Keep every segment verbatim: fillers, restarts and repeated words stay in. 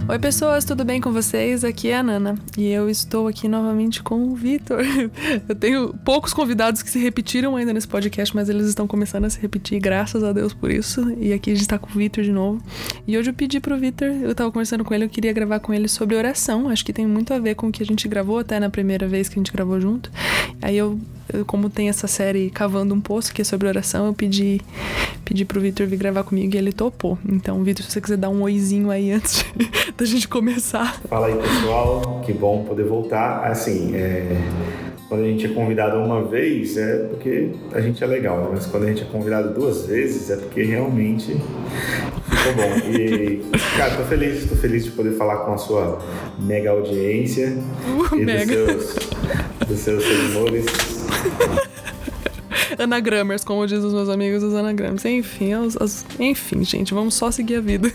Oi pessoas, tudo bem com vocês? Aqui é a Nana e eu estou aqui novamente com o Vitor. Eu tenho poucos convidados que se repetiram ainda nesse podcast, mas eles estão começando a se repetir, graças a Deus por isso. E aqui a gente está com o Vitor de novo. E hoje eu pedi pro Vitor, eu tava conversando com ele, eu queria gravar com ele sobre oração. Acho que tem muito a ver com o que a gente gravou até na primeira vez que a gente gravou junto. Aí eu, eu como tem essa série Cavando um Poço, que é sobre oração, eu pedi, pedi pro Vitor vir gravar comigo e ele topou. Então, Vitor, se você quiser dar um oizinho aí antes de, da gente começar. Fala aí, pessoal. Que bom poder voltar. Assim, é... quando a gente é convidado uma vez, é porque a gente é legal, né? Mas quando a gente é convidado duas vezes, é porque realmente ficou bom. E, cara, tô feliz, tô feliz de poder falar com a sua mega audiência uh, e mega. Dos, seus, dos seus seguidores. Anagrammers, como dizem os meus amigos, os anagramas. Enfim, os, os, enfim, gente, vamos só seguir a vida.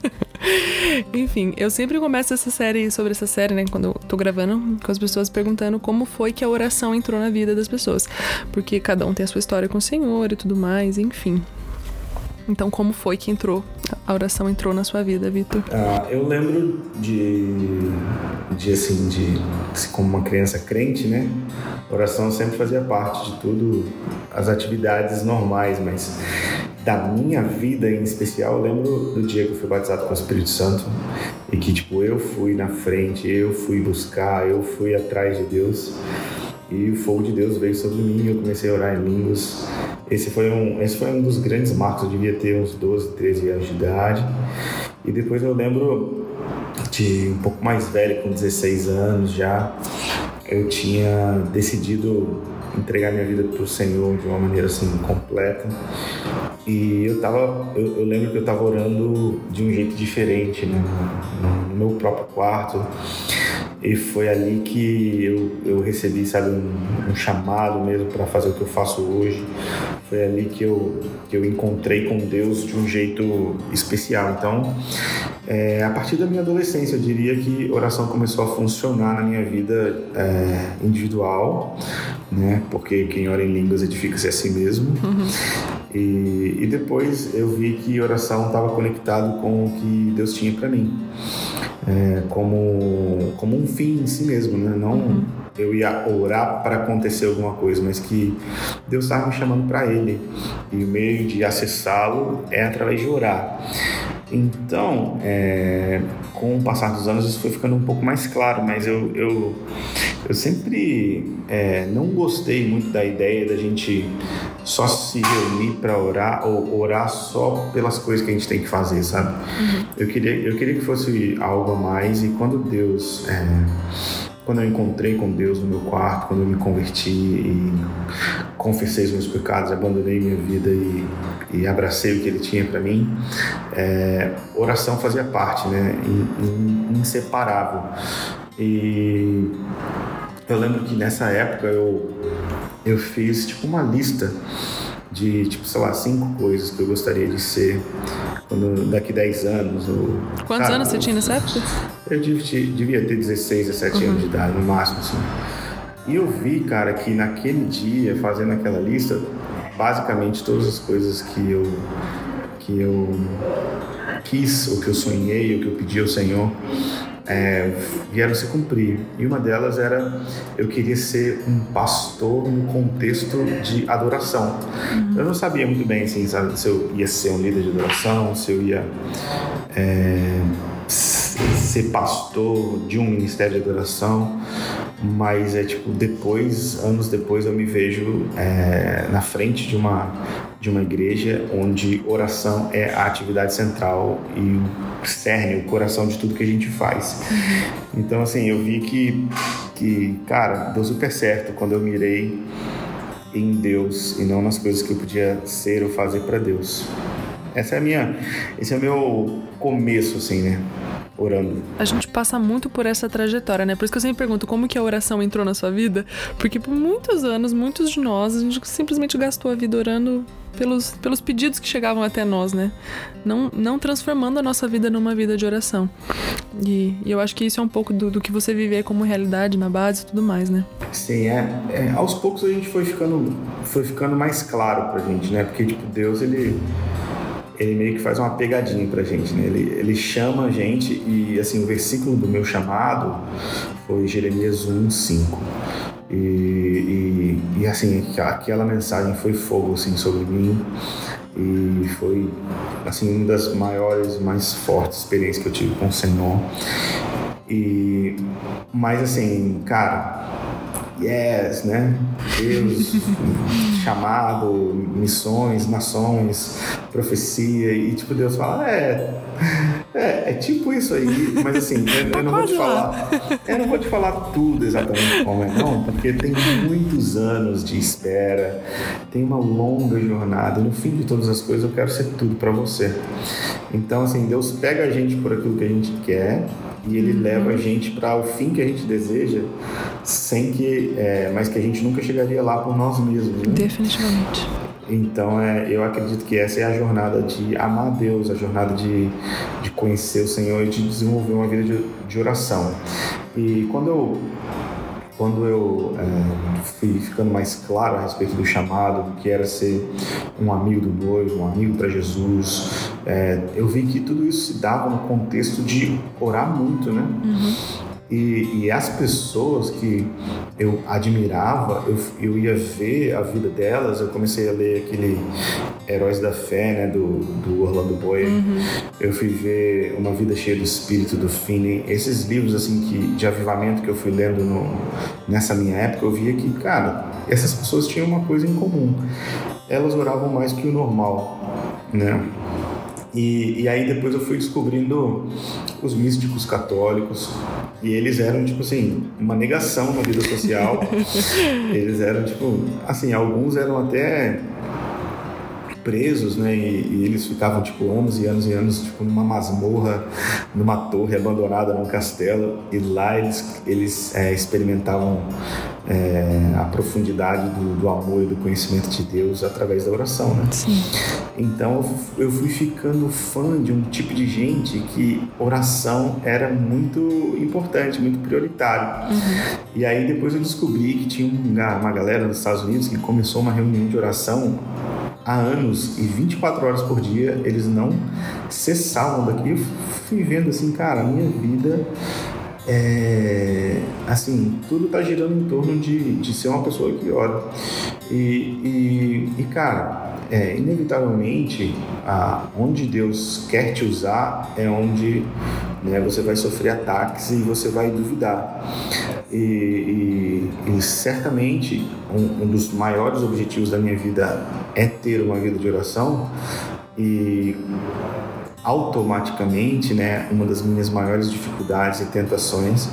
Enfim, eu sempre começo essa série, sobre essa série, né, quando eu tô gravando, com as pessoas perguntando como foi que a oração entrou na vida das pessoas. Porque cada um tem a sua história com o Senhor e tudo mais, enfim. Então, como foi que entrou, a oração entrou na sua vida, Vitor? Ah, eu lembro de, de, assim, de, como uma criança crente, né, a oração sempre fazia parte de tudo, as atividades normais, mas da minha vida em especial, eu lembro do dia que eu fui batizado com o Espírito Santo e que, tipo, eu fui na frente, eu fui buscar, eu fui atrás de Deus e o fogo de Deus veio sobre mim e eu comecei a orar em línguas. Esse foi um, esse foi um dos grandes marcos, eu devia ter uns doze, treze anos de idade. E depois eu lembro de um pouco mais velho, com dezesseis anos já, eu tinha decidido entregar minha vida para o Senhor de uma maneira assim completa. E eu tava, eu, eu lembro que eu tava orando de um jeito diferente, né, no, no meu próprio quarto. E foi ali que eu, eu recebi, sabe, um, um chamado mesmo para fazer o que eu faço hoje. Foi ali que eu, que eu encontrei com Deus de um jeito especial. Então, é, a partir da minha adolescência, eu diria que oração começou a funcionar na minha vida é, individual, né? Porque quem ora em línguas edifica-se a si mesmo. Uhum. E, e depois eu vi que oração estava conectado com o que Deus tinha para mim. É, como, como um fim em si mesmo, né? Não uhum. eu ia orar para acontecer alguma coisa, mas que Deus estava me chamando para Ele e o meio de acessá-lo é através de orar. Então, é, com o passar dos anos isso foi ficando um pouco mais claro, mas eu, eu, eu sempre é, não gostei muito da ideia da gente só se reunir para orar ou orar só pelas coisas que a gente tem que fazer, sabe? Uhum. Eu queria, eu queria que fosse algo a mais e quando Deus... É, quando eu encontrei com Deus no meu quarto, quando eu me converti e confessei os meus pecados, abandonei minha vida e, e abracei o que Ele tinha para mim, é, oração fazia parte, né, inseparável. E eu lembro que nessa época eu, eu fiz tipo uma lista de, tipo, sei lá, cinco coisas que eu gostaria de ser quando, daqui dez anos. Ou, Quantos cara, anos você tinha nessa época? Eu devia, devia ter dezesseis, dezessete uhum. anos de idade, no máximo, assim. E eu vi, cara, que naquele dia, fazendo aquela lista, basicamente todas as coisas que eu, que eu quis, ou que eu sonhei, ou que eu pedi ao Senhor, É, vieram se cumprir. E uma delas era, eu queria ser um pastor no contexto de adoração. Uhum. Eu não sabia muito bem assim, sabe, se eu ia ser um líder de adoração, se eu ia é, ser pastor de um ministério de adoração, mas é tipo, depois, anos depois eu me vejo é, na frente de uma, de uma igreja onde oração é a atividade central e o cerne, o coração de tudo que a gente faz. Uhum. Então assim, eu vi que, que, cara, deu super certo quando eu mirei em Deus e não nas coisas que eu podia ser ou fazer para Deus. Essa é a minha, esse é o meu começo, assim, né? Orando. A gente passa muito por essa trajetória, né? Por isso que eu sempre pergunto como que a oração entrou na sua vida, porque por muitos anos, muitos de nós, a gente simplesmente gastou a vida orando pelos, pelos pedidos que chegavam até nós, né? Não, não transformando a nossa vida numa vida de oração. E, e eu acho que isso é um pouco do, do que você viver como realidade na base e tudo mais, né? Sim, é, é. Aos poucos a gente foi ficando, foi ficando mais claro pra gente, né? Porque, tipo, Deus, ele... ele meio que faz uma pegadinha pra gente, né? Ele, ele chama a gente e, assim, o versículo do meu chamado foi Jeremias um, cinco. E, e, e assim, aquela mensagem foi fogo, assim, sobre mim. E foi, assim, uma das maiores, mais fortes experiências que eu tive com o Senhor. E, mas assim, cara, yes, né? Deus, chamado, missões, nações, profecia. E tipo, Deus fala, é, é, é tipo isso aí. Mas assim, eu, eu não vou te falar, eu não vou te falar tudo exatamente como é, não, porque tem muitos anos de espera, tem uma longa jornada. No fim de todas as coisas, eu quero ser tudo para você. Então, assim, Deus pega a gente por aquilo que a gente quer e Ele leva a gente para o fim que a gente deseja, sem que, é, mas que a gente nunca chegaria lá por nós mesmos, né? Definitivamente. Então, é, eu acredito que essa é a jornada de amar a Deus, a jornada de, de conhecer o Senhor e de desenvolver uma vida de, de oração. E quando eu Quando eu é, fui ficando mais claro a respeito do chamado, do que era ser um amigo do noivo, um amigo para Jesus, é, eu vi que tudo isso se dava no contexto de orar muito, né? Uhum. E, e as pessoas que eu admirava, eu, eu ia ver a vida delas, eu comecei a ler aquele Heróis da Fé, né, do, do Orlando Boyer. Uhum. Eu fui ver Uma Vida Cheia do Espírito, do Finney. Esses livros assim, que, de avivamento que eu fui lendo no, nessa minha época, eu via que, cara, essas pessoas tinham uma coisa em comum. Elas oravam mais que o normal, né? E, e aí depois eu fui descobrindo os místicos católicos, e eles eram, tipo assim, uma negação na vida social. Eles eram, tipo, assim, alguns eram até presos, né, e, e eles ficavam, tipo, anos e anos e anos, tipo, numa masmorra, numa torre abandonada, num castelo, e lá eles, eles é, experimentavam é, a profundidade do, do amor e do conhecimento de Deus através da oração, né? Sim. Então eu fui ficando fã de um tipo de gente que oração era muito importante, muito prioritário. Uhum. E aí depois eu descobri que tinha uma, uma galera nos Estados Unidos que começou uma reunião de oração há anos, e vinte e quatro horas por dia eles não cessavam daqui. Eu fui vendo assim, cara, a minha vida é, assim, tudo tá girando em torno de, de ser uma pessoa que ora. E, e, e cara, é, inevitavelmente, a, onde Deus quer te usar é onde, né, você vai sofrer ataques e você vai duvidar. E, e, e certamente um, um dos maiores objetivos da minha vida é ter uma vida de oração, e automaticamente, né, uma das minhas maiores dificuldades e tentações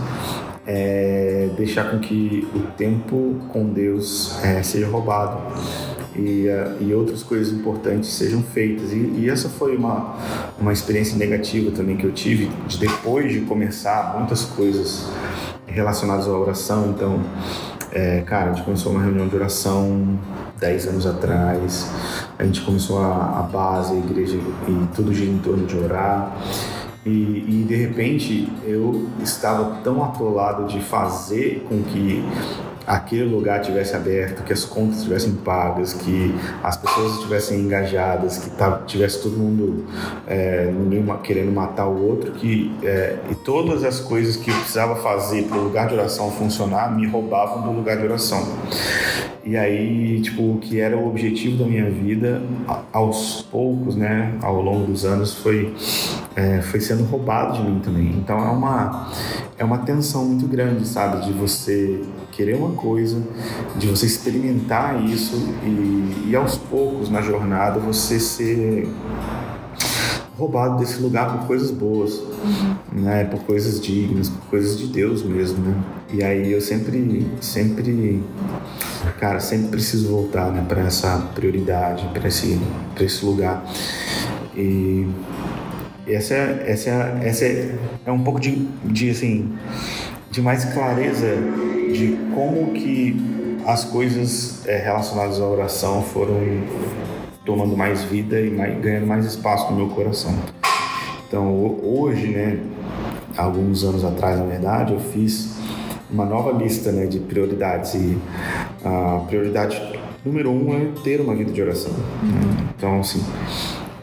é deixar com que o tempo com Deus é, seja roubado e, uh, e outras coisas importantes sejam feitas. E, e essa foi uma, uma experiência negativa também que eu tive, de depois de começar muitas coisas relacionadas à oração. Então, é, cara, a gente começou uma reunião de oração dez anos atrás, a gente começou a, a base, a igreja, e tudo gira em torno de orar. E, e de repente eu estava tão atolado de fazer com que aquele lugar tivesse aberto, que as contas estivessem pagas, que as pessoas estivessem engajadas, que tivesse todo mundo é, ninguém querendo matar o outro, que, é, e todas as coisas que eu precisava fazer para o lugar de oração funcionar me roubavam do lugar de oração. E aí, tipo, o que era o objetivo da minha vida, aos poucos, né, ao longo dos anos, foi, é, foi sendo roubado de mim também. Então é uma, é uma tensão muito grande, sabe, de você querer uma coisa, de você experimentar isso e, e aos poucos na jornada você ser roubado desse lugar por coisas boas, uhum. né, por coisas dignas, por coisas de Deus mesmo, né? E aí eu sempre, sempre, cara, sempre preciso voltar, né, para essa prioridade, para esse, para esse lugar. E essa, essa, essa é, é um pouco de, de, assim, de mais clareza de como que as coisas é, relacionadas à oração foram tomando mais vida e mais, ganhando mais espaço no meu coração. Então, hoje, né, alguns anos atrás, na verdade, eu fiz uma nova lista, né, de prioridades, e a prioridade número um é ter uma vida de oração. Uhum. Né? Então, assim,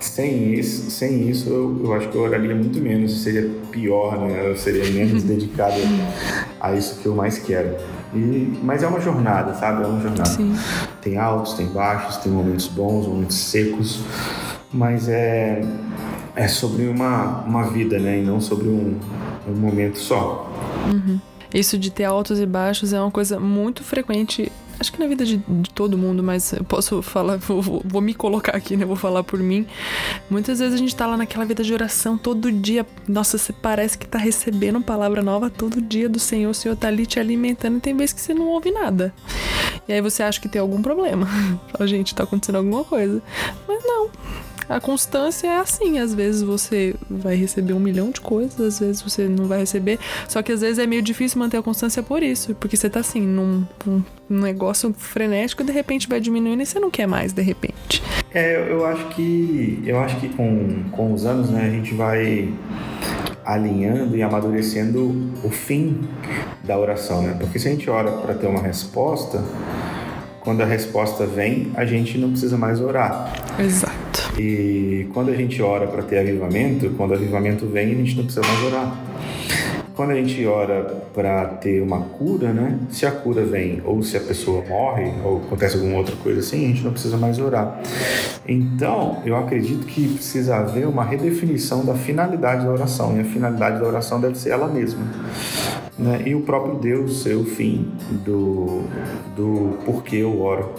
sem isso, sem isso eu, eu acho que eu oraria muito menos, seria pior, né? Eu seria menos dedicado a isso que eu mais quero. E, mas é uma jornada, sabe? É uma jornada. Sim. Tem altos, tem baixos, tem momentos bons, momentos secos, mas é, é sobre uma, uma vida, né? E não sobre um, um momento só. Uhum. Isso de ter altos e baixos é uma coisa muito frequente, acho que na vida de, de todo mundo, mas eu posso falar, vou, vou, vou me colocar aqui, né? Vou falar por mim. Muitas vezes a gente tá lá naquela vida de oração todo dia. Nossa, você parece que tá recebendo palavra nova todo dia do Senhor. O Senhor tá ali te alimentando e tem vezes que você não ouve nada. E aí você acha que tem algum problema. Fala, gente, tá acontecendo alguma coisa. Mas não. A constância é assim, às vezes você vai receber um milhão de coisas, às vezes você não vai receber, só que às vezes é meio difícil manter a constância por isso, porque você tá assim, num, num negócio frenético e de repente vai diminuindo e você não quer mais, de repente. É, eu acho que, eu acho que com, com os anos, né, a gente vai alinhando e amadurecendo o fim da oração, né, porque se a gente ora para ter uma resposta, quando a resposta vem, a gente não precisa mais orar. Exato. E quando a gente ora para ter avivamento, quando o avivamento vem, a gente não precisa mais orar. Quando a gente ora para ter uma cura, né? Se a cura vem ou se a pessoa morre ou acontece alguma outra coisa assim, a gente não precisa mais orar. Então, eu acredito que precisa haver uma redefinição da finalidade da oração. E a finalidade da oração deve ser ela mesma. Né? E o próprio Deus ser o fim do, do porquê eu oro.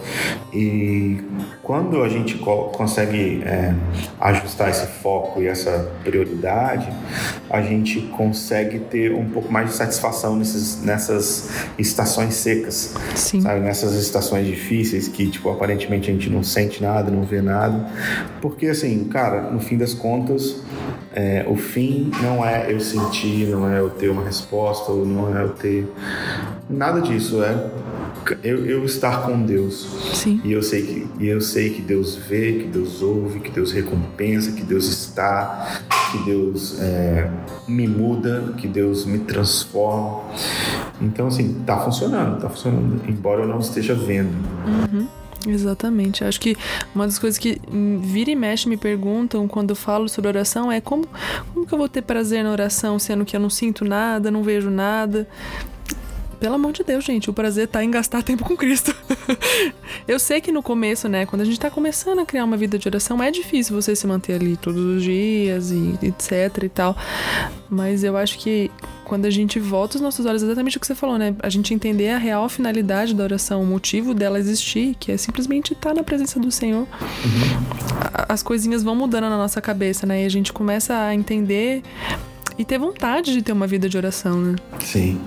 E quando a gente co- consegue é, ajustar esse foco e essa prioridade, a gente consegue ter um pouco mais de satisfação nesses, nessas estações secas. Sim. Sabe? Nessas estações difíceis que, tipo, aparentemente a gente não sente nada, não vê nada. Porque, assim, cara, no fim das contas, é, o fim não é eu sentir, não é eu ter uma resposta, ou não é eu ter nada disso, é eu, eu estar com Deus. Sim. E eu sei que, e eu sei que Deus vê, que Deus ouve, que Deus recompensa, que Deus está, que Deus é, me muda, que Deus me transforma. Então, assim, tá funcionando, tá funcionando, embora eu não esteja vendo. Uhum. Exatamente. Acho que uma das coisas que vira e mexe me perguntam quando eu falo sobre oração é como, como que eu vou ter prazer na oração, sendo que eu não sinto nada, não vejo nada. Pelo amor de Deus, gente, o prazer tá em gastar tempo com Cristo. Eu sei que no começo, né, quando a gente tá começando a criar uma vida de oração, é difícil você se manter ali todos os dias e etc e tal. Mas eu acho que quando a gente volta os nossos olhos, exatamente o que você falou, né? A gente entender a real finalidade da oração, o motivo dela existir, que é simplesmente estar na presença do Senhor. Uhum. As coisinhas vão mudando na nossa cabeça, né? E a gente começa a entender e ter vontade de ter uma vida de oração, né? Sim.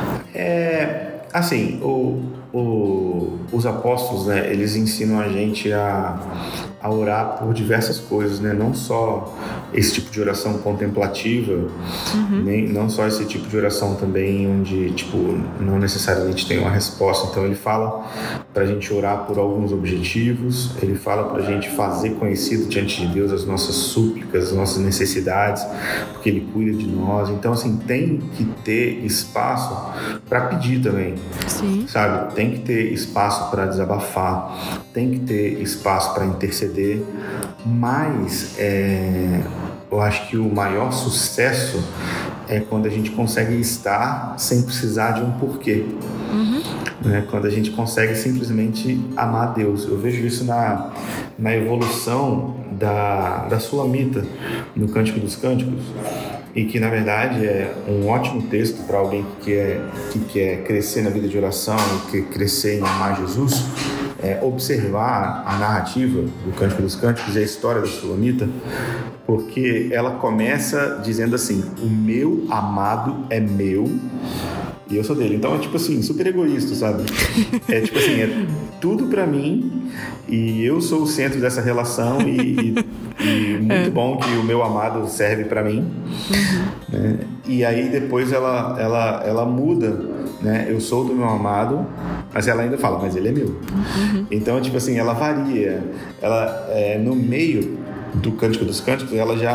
É, assim, o, o, os apóstolos, né, eles ensinam a gente a, a orar por diversas coisas, né? Não só esse tipo de oração contemplativa, uhum. nem, não só esse tipo de oração também onde, tipo, não necessariamente tem uma resposta. Então ele fala pra gente orar por alguns objetivos, ele fala pra gente fazer conhecido diante de Deus as nossas súplicas, as nossas necessidades, porque ele cuida de nós. Então, assim, tem que ter espaço para pedir também. Sim. Sabe? Tem que ter espaço para desabafar, tem que ter espaço para interceder, mas é, eu acho que o maior sucesso é quando a gente consegue estar sem precisar de um porquê. Uhum. Né? Quando a gente consegue simplesmente amar Deus. Eu vejo isso na, na evolução da, da Sulamita no Cântico dos Cânticos, e que na verdade é um ótimo texto para alguém que quer, que quer crescer na vida de oração e quer crescer em amar Jesus. É observar a narrativa do Cântico dos Cânticos e a história da Sulamita, porque ela começa dizendo assim: o meu amado é meu e eu sou dele. Então é tipo assim, super egoísta, sabe? É tipo assim, é tudo pra mim e eu sou o centro dessa relação e, e, e muito é. bom que o meu amado serve pra mim. Uhum. Né? E aí depois ela, ela, ela muda, né? Eu sou do meu amado, mas ela ainda fala, mas ele é meu. Uhum. Então, tipo assim, ela varia. Ela, é, no meio do Cântico dos Cânticos, ela já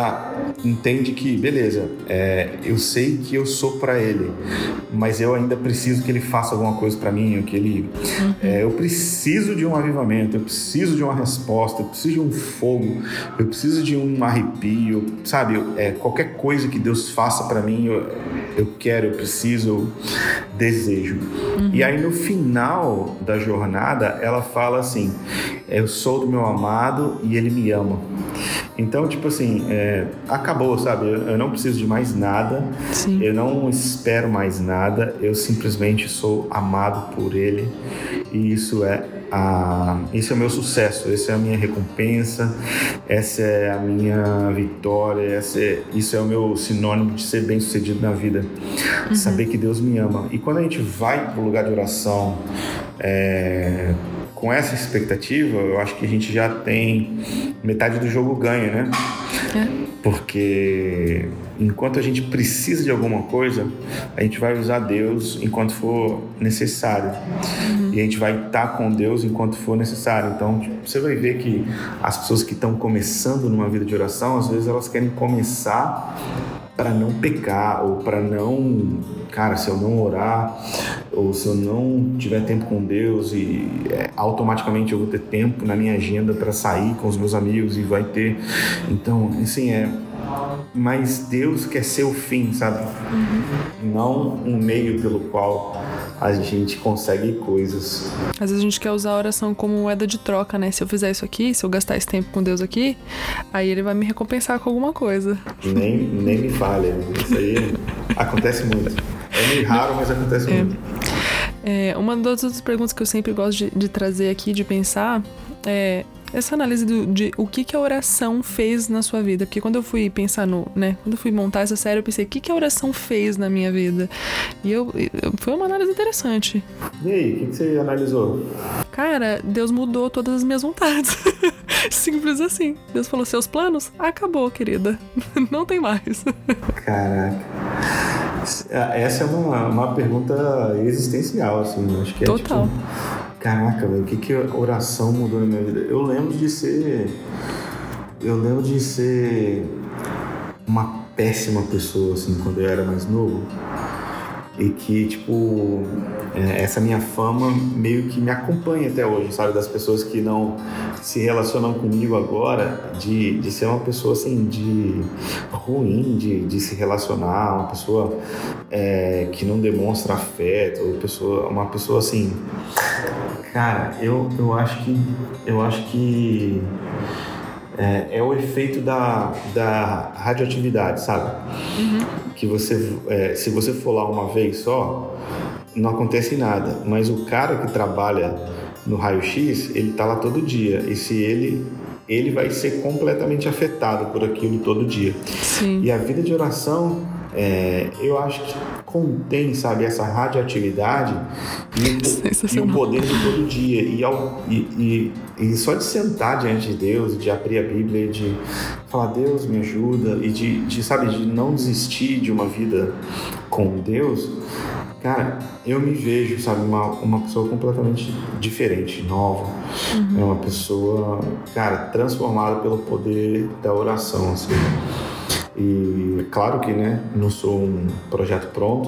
entende que, beleza, é, eu sei que eu sou para ele, mas eu ainda preciso que ele faça alguma coisa para mim, ou que ele, uhum. é, eu preciso de um avivamento, eu preciso de uma resposta, eu preciso de um fogo, eu preciso de um arrepio, sabe? É, qualquer coisa que Deus faça para mim, eu, eu quero, eu preciso, eu desejo. Uhum. E aí no final da jornada, ela fala assim, eu sou do meu amado e ele me ama. Então, tipo assim, é, acabou, sabe? Eu, eu não preciso de mais nada. Sim. Eu não espero mais nada. Eu simplesmente sou amado por ele. E isso é, a, isso é o meu sucesso. Essa é a minha recompensa. Essa é a minha vitória. Essa é, isso é o meu sinônimo de ser bem-sucedido na vida. Uhum. Saber que Deus me ama. E quando a gente vai para o lugar de oração... É, com essa expectativa, eu acho que a gente já tem metade do jogo ganho, né? É. Porque enquanto a gente precisa de alguma coisa, a gente vai usar Deus enquanto for necessário. Uhum. E a gente vai estar com Deus enquanto for necessário. Então, você vai ver que as pessoas que estão começando numa vida de oração, às vezes elas querem começar para não pecar, ou para não, cara, se eu não orar, ou se eu não tiver tempo com Deus, e é, automaticamente eu vou ter tempo na minha agenda para sair com os meus amigos e vai ter. Então, assim, é. Mas Deus quer ser o fim, sabe? Uhum. Não um meio pelo qual a gente consegue coisas. Às vezes a gente quer usar a oração como moeda de troca, né? Se eu fizer isso aqui, se eu gastar esse tempo com Deus aqui, aí ele vai me recompensar com alguma coisa. Nem, nem me fale, isso aí acontece muito. É meio raro, mas acontece é. muito. É, uma das outras perguntas que eu sempre gosto de, de trazer aqui, de pensar, é essa análise do, de o que, que a oração fez na sua vida. Porque quando eu fui pensar no, né, quando eu fui montar essa série, eu pensei, o que, que a oração fez na minha vida? E eu, eu foi uma análise interessante. E aí, o que, que você analisou? Cara, Deus mudou todas as minhas vontades. Simples assim. Deus falou, seus planos? Acabou, querida. Não tem mais. Caraca. Essa é uma, uma pergunta existencial, assim. Acho que é total. Tipo, caraca, velho, o que, que a oração mudou na minha vida? Eu lembro de ser... Eu lembro de ser uma péssima pessoa, assim, quando eu era mais novo. E que, tipo, essa minha fama meio que me acompanha até hoje, sabe? Das pessoas que não se relacionam comigo agora, de, de ser uma pessoa, assim, de ruim de, de se relacionar, uma pessoa é, que não demonstra afeto, uma pessoa, uma pessoa assim... Cara, eu, eu acho que... Eu acho que... É, é o efeito da, da radioatividade, sabe? Uhum. Que você, é, se você for lá uma vez só, não acontece nada. Mas o cara que trabalha no raio-x, ele tá lá todo dia. E se ele, ele vai ser completamente afetado por aquilo todo dia. Sim. E a vida de oração, é, eu acho que contém, sabe, essa radioatividade e, e o poder de todo dia. E, ao, e, e, e só de sentar diante de Deus, de abrir a Bíblia, de falar, Deus me ajuda, e de, de, sabe, de não desistir de uma vida com Deus, cara, eu me vejo, sabe, uma, uma pessoa completamente diferente, nova. Uhum. É uma pessoa, cara, transformada pelo poder da oração, assim. E claro que, né, não sou um projeto pronto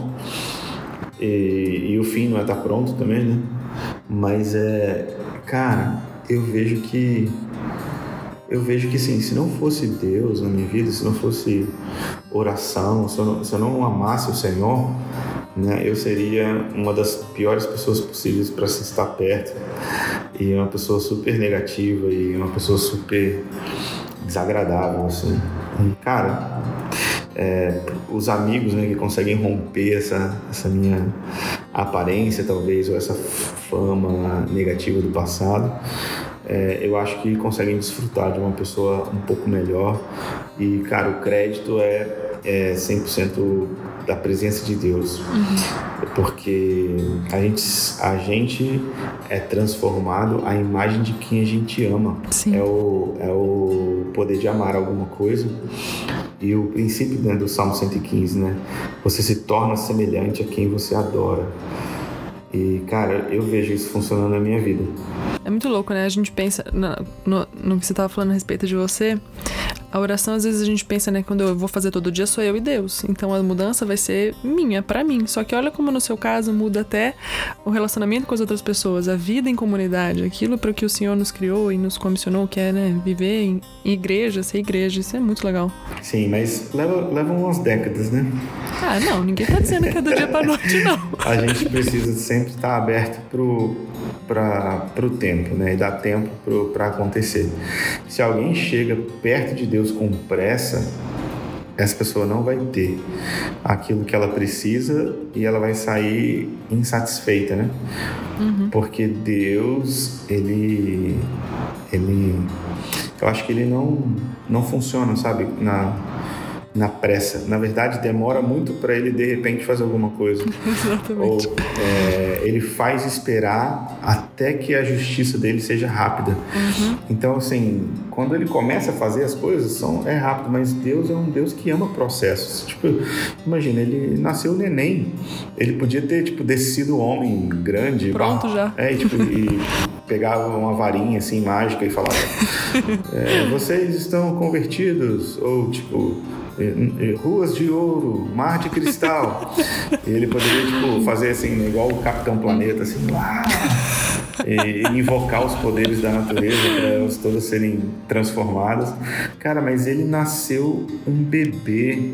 e, e o fim não é estar pronto também, né? Mas é, cara, eu vejo que eu vejo que sim, se não fosse Deus na minha vida, se não fosse oração, se eu não, se eu não amasse o Senhor, né, eu seria uma das piores pessoas possíveis para se estar perto, e uma pessoa super negativa e uma pessoa super desagradável, assim. E, cara, é, os amigos, né, que conseguem romper essa, essa minha aparência, talvez, ou essa fama negativa do passado, é, eu acho que conseguem desfrutar de uma pessoa um pouco melhor. E, cara, o crédito é, é cem por cento da presença de Deus. Uhum. Porque a gente, a gente é transformado à imagem de quem a gente ama. Sim. É o, é o poder de amar alguma coisa. E o princípio, né, do Salmo cento e quinze, né? Você se torna semelhante a quem você adora. E, cara, eu vejo isso funcionando na minha vida. É muito louco, né? A gente pensa no, no, no que você estava falando a respeito de você. A oração, às vezes a gente pensa, né, quando eu vou fazer todo dia, sou eu e Deus. Então a mudança vai ser minha, pra mim. Só que olha como no seu caso muda até o relacionamento com as outras pessoas, a vida em comunidade, aquilo para o que o Senhor nos criou e nos comissionou, que é, né, viver em igreja, ser igreja. Isso é muito legal. Sim, mas leva, leva umas décadas, né? Ah, não, ninguém tá dizendo que é do dia pra noite, não. A gente precisa sempre estar aberto pro, pra, pro tempo, né? E dar tempo pro, pra acontecer. Se alguém chega perto de Deus com pressa, essa pessoa não vai ter aquilo que ela precisa e ela vai sair insatisfeita, né? Uhum. Porque Deus, ele, ele, eu acho que ele não, não funciona, sabe, na, na pressa. Na verdade, demora muito para ele, de repente, fazer alguma coisa. Exatamente. Ou é, ele faz esperar até que a justiça dele seja rápida. Uhum. Então, assim, quando ele começa a fazer as coisas, são, é rápido, mas Deus é um Deus que ama processos. Tipo, imagina, ele nasceu neném, ele podia ter, tipo, descido homem grande. Pronto, bah, já. É, e, tipo, e pegava uma varinha, assim, mágica e falava, é, vocês estão convertidos, ou, tipo, ruas de ouro, mar de cristal. E ele poderia, tipo, fazer assim, igual o Capitão Planeta, assim, lá, e invocar os poderes da natureza para elas todas serem transformadas. Cara, mas ele nasceu um bebê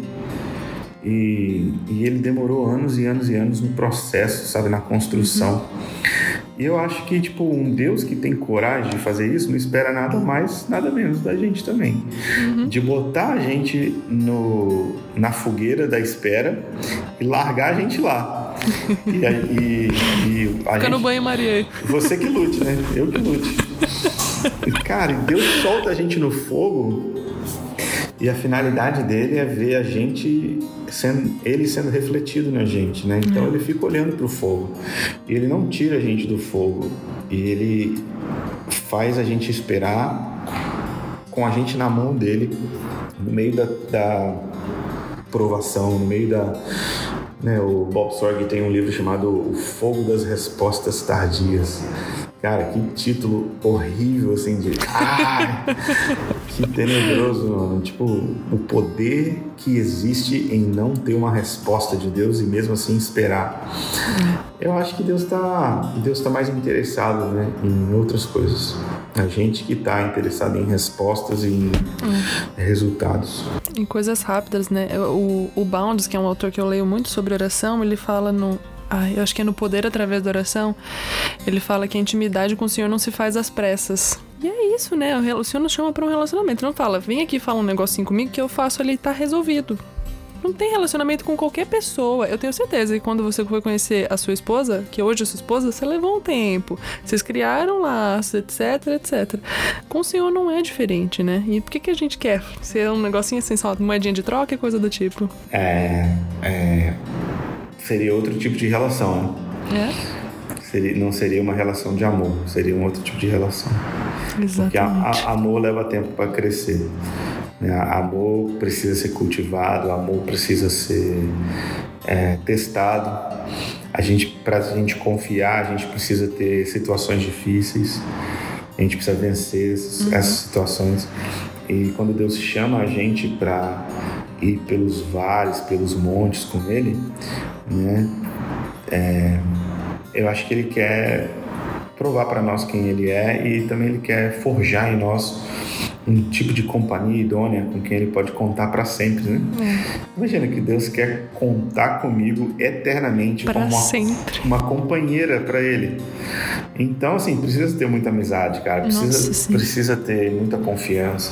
e, e ele demorou anos e anos e anos no processo, sabe, na construção. Uhum. E eu acho que, tipo, um Deus que tem coragem de fazer isso não espera nada mais, nada menos da gente também. Uhum. De botar a gente no, na fogueira da espera e largar a gente lá. E, e, e a Fica gente, no banho-maria. Você que lute, né? Eu que lute. E, cara, Deus solta a gente no fogo e a finalidade dele é ver a gente... Sendo, ele sendo refletido na gente, né? Então ele fica olhando para o fogo e ele não tira a gente do fogo e ele faz a gente esperar com a gente na mão dele no meio da, da provação, no meio da, né? O Bob Sorg tem um livro chamado O Fogo das Respostas Tardias. Cara, que título horrível, assim, de... Ah, que tenebroso, mano. Tipo, o poder que existe em não ter uma resposta de Deus e mesmo assim esperar. Eu acho que Deus tá, Deus tá mais interessado, né, em outras coisas. A gente que tá interessado em respostas e em hum. resultados. Em coisas rápidas, né? O, o Bounds, que é um autor que eu leio muito sobre oração, ele fala no... Ah, eu acho que é no Poder através da Oração. Ele fala que a intimidade com o Senhor não se faz às pressas. E é isso, né? O Senhor nos chama para um relacionamento. Não fala, vem aqui e fala um negocinho comigo que eu faço ali e tá resolvido. Não tem relacionamento com qualquer pessoa. Eu tenho certeza que quando você foi conhecer a sua esposa, que hoje é sua esposa, você levou um tempo. Vocês criaram laços, etc, etcétera. Com o Senhor não é diferente, né? E por que, que a gente quer ser um negocinho assim, só moedinha de troca e coisa do tipo? É... é... Seria outro tipo de relação, né? É? Seria, não seria uma relação de amor, seria um outro tipo de relação. Exatamente. Porque a, a, amor leva tempo para crescer. Né? Amor precisa ser cultivado, amor precisa ser é, testado. A gente, para a gente confiar, a gente precisa ter situações difíceis. A gente precisa vencer essas, uhum. essas situações. E quando Deus chama a gente para ir pelos vales, pelos montes com Ele, né? É, eu acho que Ele quer provar para nós quem Ele é e também Ele quer forjar em nós um tipo de companhia idônea com quem Ele pode contar para sempre, né? É. Imagina que Deus quer contar comigo eternamente pra como uma, sempre. uma companheira para Ele. Então, assim, precisa ter muita amizade, cara. Precisa, Nossa, precisa ter muita confiança.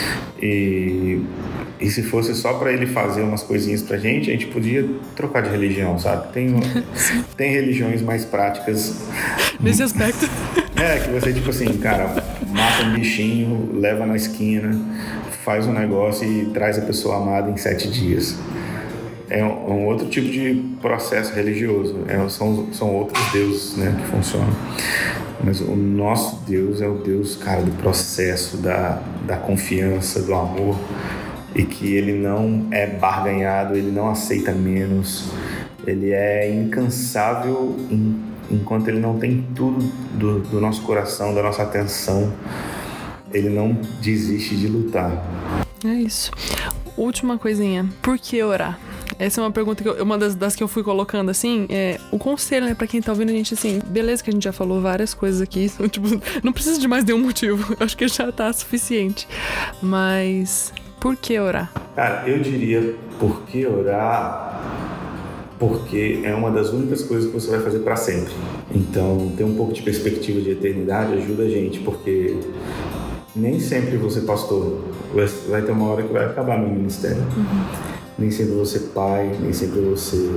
E... E se fosse só para ele fazer umas coisinhas pra gente, a gente podia trocar de religião, sabe? Tem, tem religiões mais práticas. Nesse aspecto. É, que você, tipo assim, cara, mata um bichinho, leva na esquina, faz um negócio e traz a pessoa amada em sete dias. É um, um outro tipo de processo religioso. É, são, são outros deuses, né, que funcionam. Mas o nosso Deus é o Deus, cara, do processo, da, da confiança, do amor. E que ele não é barganhado, ele não aceita menos, ele é incansável em, enquanto ele não tem tudo do, do nosso coração, da nossa atenção, ele não desiste de lutar. É isso. Última coisinha. Por que orar? Essa é uma pergunta que eu, uma das, das que eu fui colocando, assim, é o conselho, né, pra quem tá ouvindo a gente, assim, beleza que a gente já falou várias coisas aqui, então, tipo, não precisa de mais nenhum motivo, eu acho que já tá suficiente, mas por que orar? Cara, eu diria por que orar, porque é uma das únicas coisas que você vai fazer pra sempre. Então, ter um pouco de perspectiva de eternidade ajuda a gente, porque nem sempre você pastor, vai ter uma hora que vai acabar meu ministério. Uhum. Nem sempre você pai, nem sempre você,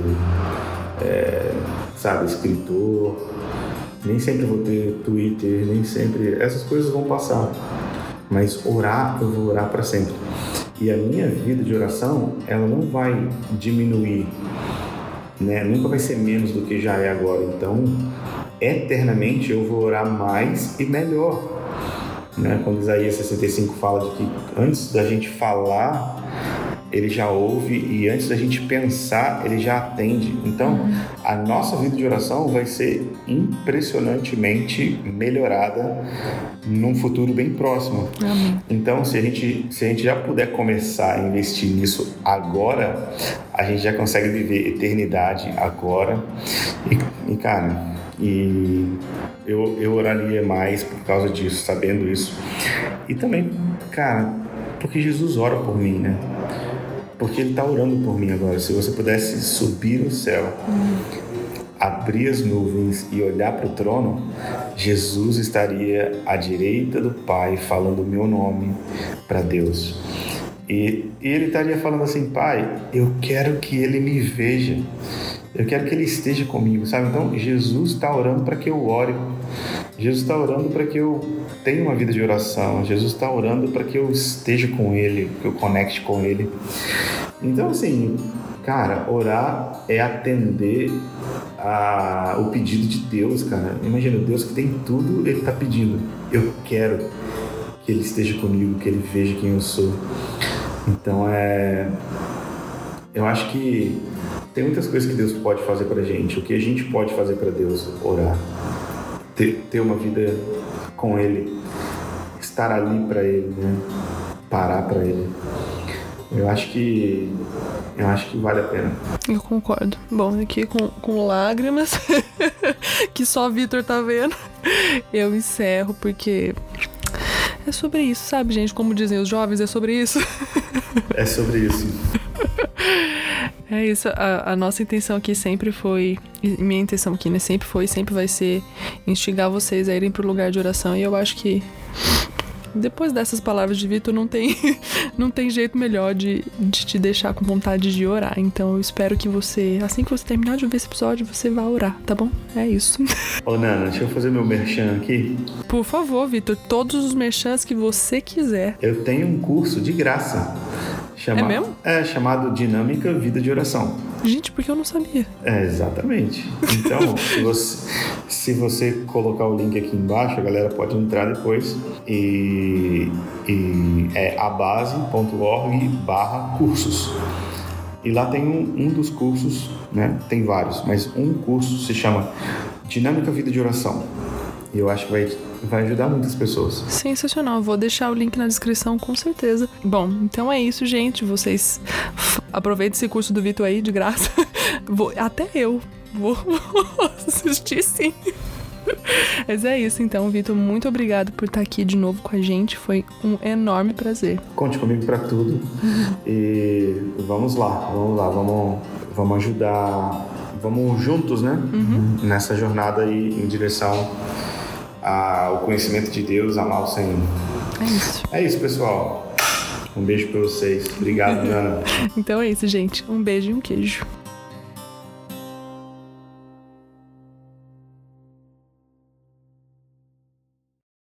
é, sabe, escritor, nem sempre vou ter Twitter, nem sempre... Essas coisas vão passar, mas orar, eu vou orar para sempre. E a minha vida de oração, ela não vai diminuir, né? Nunca vai ser menos do que já é agora. Então, eternamente eu vou orar mais e melhor. Né? Quando Isaías sessenta e cinco fala de que antes da gente falar, ele já ouve, e antes da gente pensar, ele já atende. Então, a nossa vida de oração vai ser impressionantemente melhorada num futuro bem próximo. Amém. Então, se a gente, se a gente já puder começar a investir nisso agora, a gente já consegue viver eternidade agora. E, e cara, e eu, eu oraria mais por causa disso, sabendo isso. E também, cara, porque Jesus ora por mim, né? Porque Ele está orando por mim agora. Se você pudesse subir no céu, uhum. abrir as nuvens e olhar para o trono, Jesus estaria à direita do Pai, falando o meu nome para Deus. E, e Ele estaria falando assim: Pai, eu quero que Ele me veja. Eu quero que Ele esteja comigo, sabe? Então, Jesus está orando para que eu ore. Jesus está orando para que eu tenha uma vida de oração. Jesus está orando para que eu esteja com Ele, que eu conecte com Ele. Então, assim, cara, orar é atender a, o pedido de Deus, cara. Imagina, Deus que tem tudo, Ele está pedindo: eu quero que Ele esteja comigo, que Ele veja quem eu sou. Então, é... eu acho que tem muitas coisas que Deus pode fazer pra gente. O que a gente pode fazer pra Deus? Orar. Ter, ter uma vida com Ele. Estar ali pra Ele, né? Parar pra Ele. Eu acho que... Eu acho que vale a pena. Eu concordo. Bom, aqui com, com lágrimas, que só o Vitor tá vendo, eu encerro, porque... é sobre isso, sabe, gente? Como dizem os jovens, é sobre isso. É sobre isso. É isso, a, a nossa intenção aqui sempre foi, minha intenção aqui, né, sempre foi e sempre vai ser instigar vocês a irem pro lugar de oração, e eu acho que depois dessas palavras de Vitor não tem, não tem jeito melhor de, de te deixar com vontade de orar. Então eu espero que você, assim que você terminar de ver esse episódio, você vá orar, tá bom? É isso. Ô Nana, deixa eu fazer meu merchan aqui. Por favor, Vitor, todos os merchans que você quiser. Eu tenho um curso de graça. Chama... É mesmo? É, chamado Dinâmica Vida de Oração. Gente, porque eu não sabia. É, exatamente. Então, se, você, se você colocar o link aqui embaixo, a galera pode entrar depois. E, e é abase.org barra cursos. E lá tem um, um dos cursos, né? Tem vários, mas um curso se chama Dinâmica Vida de Oração. E eu acho que vai, vai ajudar muitas pessoas. Sensacional, vou deixar o link na descrição com certeza. Bom, então é isso, gente. Vocês f- aproveitem esse curso do Vitor aí, de graça. Vou, até eu vou, vou assistir, sim. Mas é isso, então, Vitor, muito obrigado por estar aqui de novo com a gente. Foi um enorme prazer. Conte comigo para tudo. E vamos lá, vamos lá, vamos, vamos ajudar, vamos juntos, né? Uhum. Nessa jornada aí em direção ao conhecimento de Deus, amar o Senhor. É isso. É isso, pessoal. Um beijo para vocês. Obrigado, Ana. Então é isso, gente. Um beijo e um queijo.